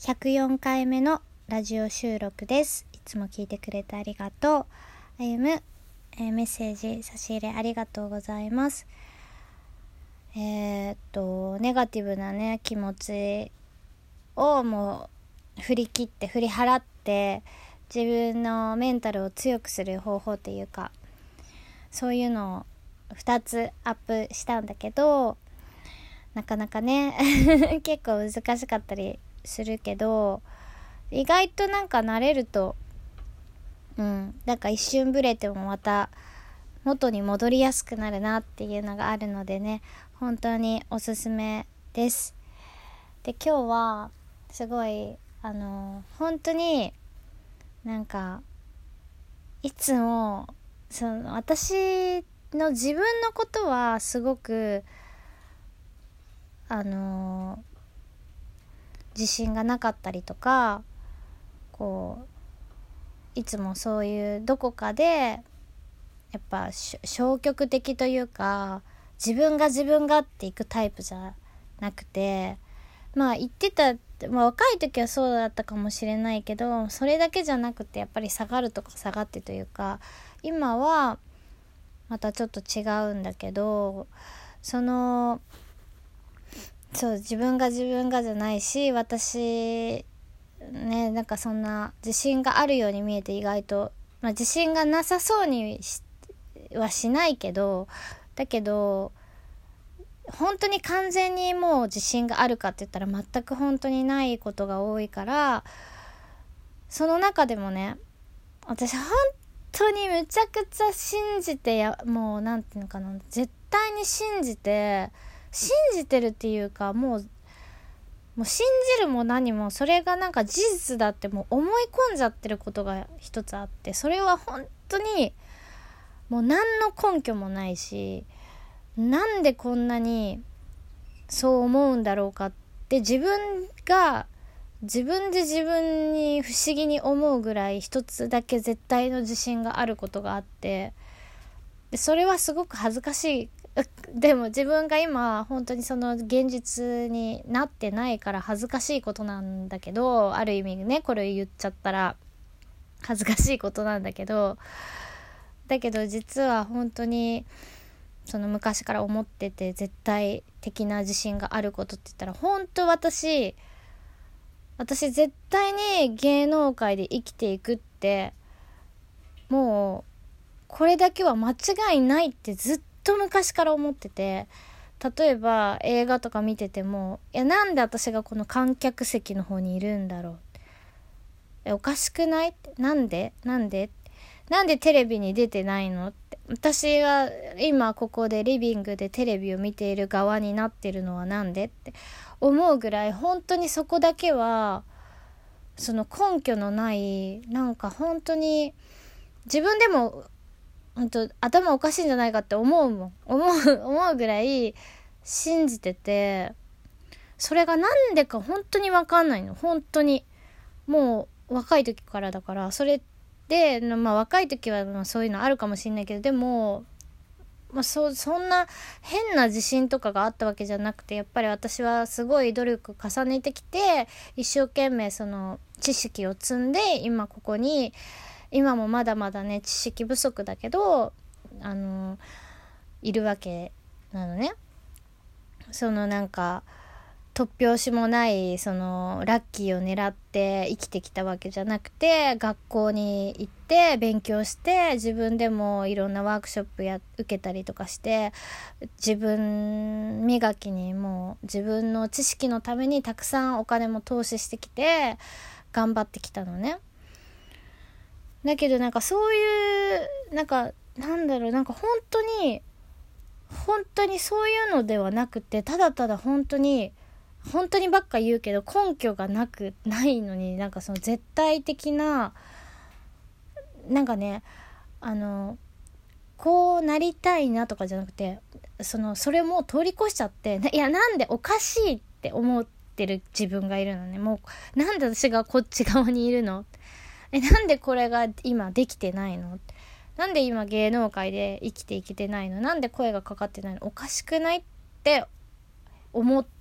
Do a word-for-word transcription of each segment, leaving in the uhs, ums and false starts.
ひゃくよんかいめのラジオ収録です。いつも聞いてくれてありがとう。あゆむ、えー、メッセージ差し入れありがとうございます。えー、っとネガティブなね気持ちをもう振り切って振り払って自分のメンタルを強くする方法っていうか、そういうのをふたつアップしたんだけど、なかなかね結構難しかったりするけど、意外となんか慣れるとうんなんか一瞬ブレてもまた元に戻りやすくなるなっていうのがあるのでね、本当におすすめです。で、今日はすごいあの本当になんかいつもその私の自分のことはすごくあの自信がなかったりとか、こういつもそういうどこかでやっぱ消極的というか、自分が自分がっていくタイプじゃなくて、まあ言ってた、まあ、若い時はそうだったかもしれないけど、それだけじゃなくてやっぱり下がるとか下がってというか、今はまたちょっと違うんだけど、そのそう自分が自分がじゃないし、私ねなんかそんな自信があるように見えて意外と、まあ、自信がなさそうにはしないけど、だけど本当に完全にもう自信があるかって言ったら全く本当にないことが多いから、その中でもね私本当にむちゃくちゃ信じてやもうなんていうのかな、絶対に信じて信じてるっていうか、もうもう信じるも何もそれがなんか事実だってもう思い込んじゃってることが一つあって、それは本当にもう何の根拠もないし、なんでこんなにそう思うんだろうかって自分が自分で自分に不思議に思うぐらい一つだけ絶対の自信があることがあって、でそれはすごく恥ずかしいでも自分が今本当にその現実になってないから恥ずかしいことなんだけど、ある意味ねこれ言っちゃったら恥ずかしいことなんだけど、だけど実は本当にその昔から思ってて絶対的な自信があることって言ったら、本当私私絶対に芸能界で生きていくってもうこれだけは間違いないってずっと昔から思ってて、例えば映画とか見てても、いやなんで私がこの観客席の方にいるんだろう、えおかしくないって、なんでなんでなんでテレビに出てないのって、私が今ここでリビングでテレビを見ている側になってるのはなんでって思うぐらい、本当にそこだけはその根拠のない、なんか本当に自分でも本当頭おかしいんじゃないかって思うもん思う思うぐらい信じてて、それがなんでか本当に分かんないの。本当にもう若い時からだから、それでまあ若い時はまあそういうのあるかもしれないけど、でもまあ、そ, そんな変な自信とかがあったわけじゃなくて、やっぱり私はすごい努力重ねてきて一生懸命その知識を積んで今ここに、今もまだまだね知識不足だけどあのいるわけなのね。そのなんか突拍子もないそのラッキーを狙って生きてきたわけじゃなくて、学校に行って勉強して自分でもいろんなワークショップや受けたりとかして自分磨きにもう自分の知識のためにたくさんお金も投資してきて頑張ってきたのね。だけどなんかそういうなんかなんだろうなんか本当に本当にそういうのではなくて、ただただ本当に本当にばっか言うけど根拠がなくないのに、なんかその絶対的ななんかねあのこうなりたいなとかじゃなくて、そのそれも通り越しちゃって、いやなんでおかしいって思ってる自分がいるのね。もうなんで私がこっち側にいるの、えなんでこれが今できてないの、なんで今芸能界で生きていけてないの、なんで声がかかってないの、おかしくないって思っ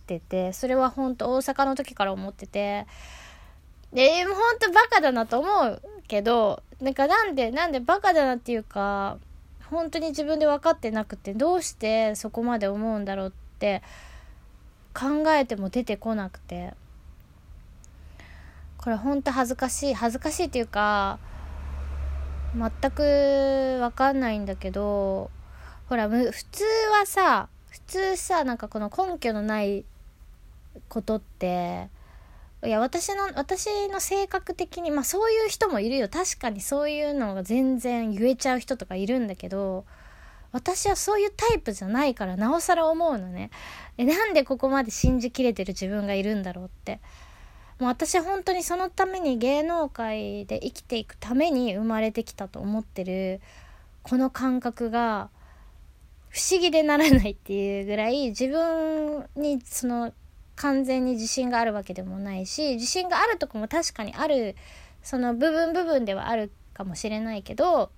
ってて、それは本当大阪の時から思ってて、で本当バカだなと思うけど、なんかなんでなんでバカだなっていうか、本当に自分で分かってなくて、どうしてそこまで思うんだろうって考えても出てこなくて、これ本当恥ずかしい恥ずかしいっていうか全く分かんないんだけど、ほら普通はさ普通さなんかこの根拠のないことって、いや私の私の性格的にまあそういう人もいるよ、確かにそういうのが全然言えちゃう人とかいるんだけど、私はそういうタイプじゃないからなおさら思うのね。えなんでここまで信じきれてる自分がいるんだろうって。もう私は本当にそのために芸能界で生きていくために生まれてきたと思ってるこの感覚が不思議でならないっていうぐらい、自分にその完全に自信があるわけでもないし、自信があるとこも確かにある、その部分部分ではあるかもしれないけど、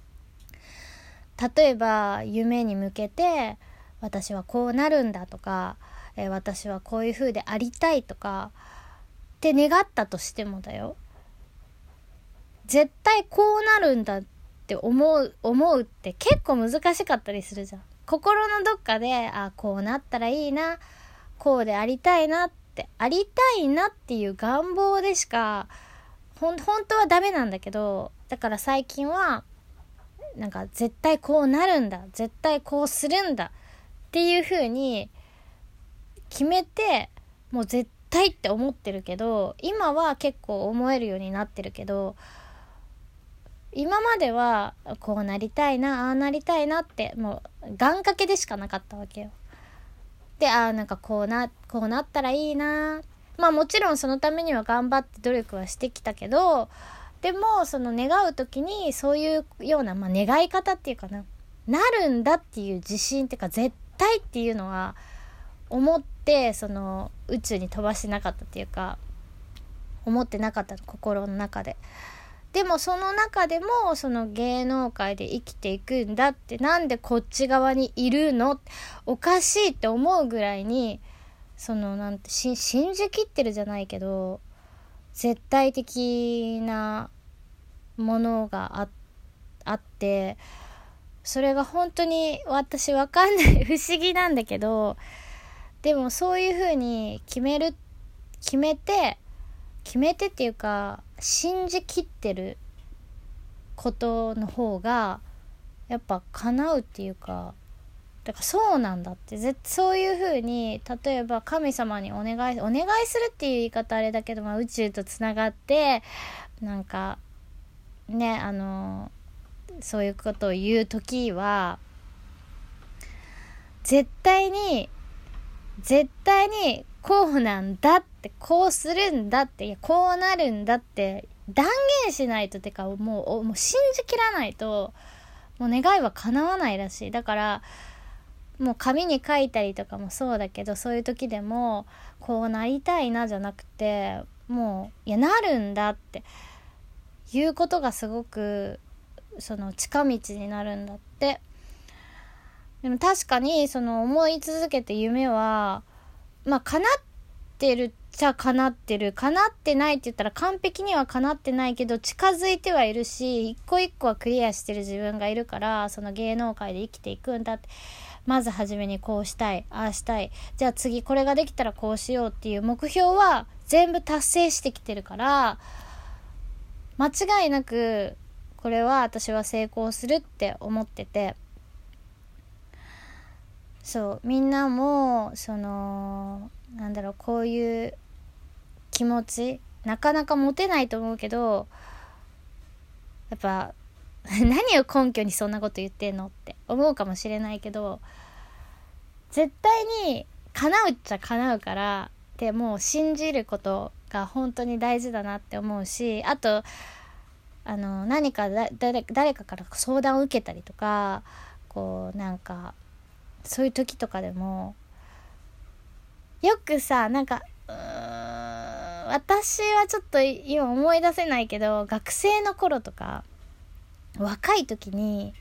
例えば夢に向けて私はこうなるんだとか、えー、私はこういう風でありたいとかって願ったとしてもだよ、絶対こうなるんだって思う思うって結構難しかったりするじゃん。心のどっかであこうなったらいいな、こうでありたいなってありたいなっていう願望でしかほん本当はダメなんだけど、だから最近はなんか絶対こうなるんだ、絶対こうするんだっていう風に決めて、もう絶対って思ってるけど、今は結構思えるようになってるけど、今まではこうなりたいな、ああなりたいなってもう願掛けでしかなかったわけよ。で、ああなんかこうなこうなったらいいな、まあもちろんそのためには頑張って努力はしてきたけど、でもその願う時にそういうような、まあ、願い方っていうかな、なるんだっていう自信っていうか絶対っていうのは思ってその宇宙に飛ばしてなかったっていうか、思ってなかったの、心の中で。でもその中でもその芸能界で生きていくんだって、なんでこっち側にいるの、おかしいって思うぐらいにそのなんてし信じきってるじゃないけど、絶対的なものが あ, あってそれが本当に私わかんない不思議なんだけど、でもそういう風に決める決めて決めてっていうか信じきってることの方がやっぱ叶うっていうか、だからそうなんだって絶そういう風に、例えば神様にお願いお願いするっていう言い方あれだけど、まあ、宇宙とつながってなんかね、あのそういうことを言うときは絶対に絶対にこうなんだって、こうするんだって、いやこうなるんだって断言しないと、てかもう、もう信じきらないともう願いは叶わないらしい。だからもう紙に書いたりとかもそうだけど、そういう時でもこうなりたいなじゃなくて、もういやなるんだっていうことがすごくその近道になるんだって。でも確かにその思い続けて夢はまあ叶ってるっちゃ叶ってる、叶ってないって言ったら完璧には叶ってないけど近づいてはいるし、一個一個はクリアしてる自分がいるから、その芸能界で生きていくんだって、まず初めにこうしたい、ああしたい、じゃあ次これができたらこうしようっていう目標は全部達成してきてるから、間違いなくこれは私は成功するって思ってて、そうみんなもそのなんだろう、こういう気持ちなかなか持てないと思うけど、やっぱ何を根拠にそんなこと言ってんのって思うかもしれないけど、絶対に叶うっちゃ叶うからってもう信じることが本当に大事だなって思うし、あとあの何かだ 誰, 誰かから相談を受けたりとか、こうなんかそういう時とかでもよくさ、なんかうーん私はちょっと今思い出せないけど、学生の頃とか若い時に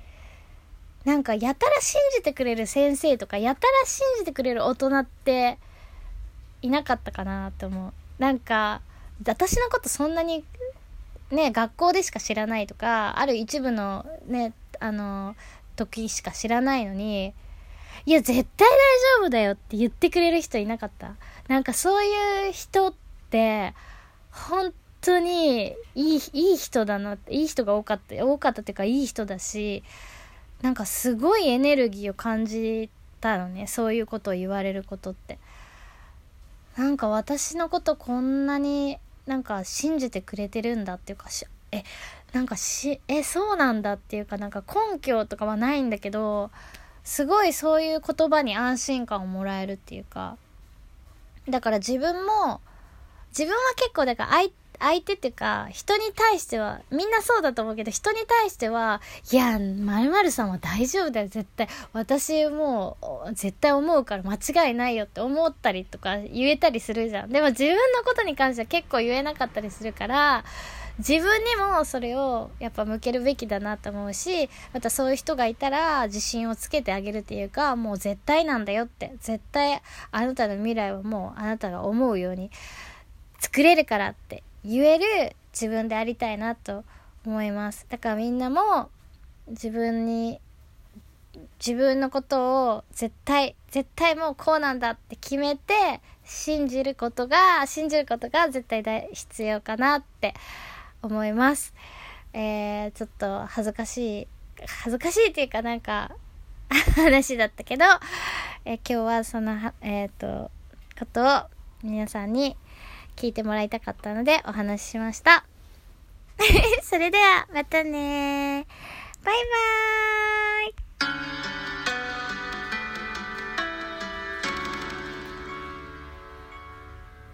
なんかやたら信じてくれる先生とかやたら信じてくれる大人っていなかったかなと思う。なんか私のことそんなにね学校でしか知らないとか、ある一部のねあの時しか知らないのに、いや絶対大丈夫だよって言ってくれる人いなかった。なんかそういう人って本当にいいいい人だなって、いい人が多かった多かったっていうかいい人だし、なんかすごいエネルギーを感じたのね、そういうことを言われることって。なんか私のことこんなになんか信じてくれてるんだっていうか、しえなんかしえそうなんだっていうか、なんか根拠とかはないんだけど、すごいそういう言葉に安心感をもらえるっていうか、だから自分も自分は結構だから相相手っていうか人に対してはみんなそうだと思うけど、人に対してはいや〇〇さんは大丈夫だよ絶対、私もう絶対思うから間違いないよって思ったりとか言えたりするじゃん。でも自分のことに関しては結構言えなかったりするから、自分にもそれをやっぱ向けるべきだなと思うし、またそういう人がいたら自信をつけてあげるっていうか、もう絶対なんだよって、絶対あなたの未来はもうあなたが思うように作れるからって言える自分でありたいなと思います。だからみんなも自分に自分のことを絶対絶対もうこうなんだって決めて信じることが信じることが絶対大必要かなって思います。えー、ちょっと恥ずかしい恥ずかしいっていうかなんか話だったけど、えー、今日はそのえっとことを皆さんに聞いてもらいたかったのでお話ししました。それではまたね。バイバーイ。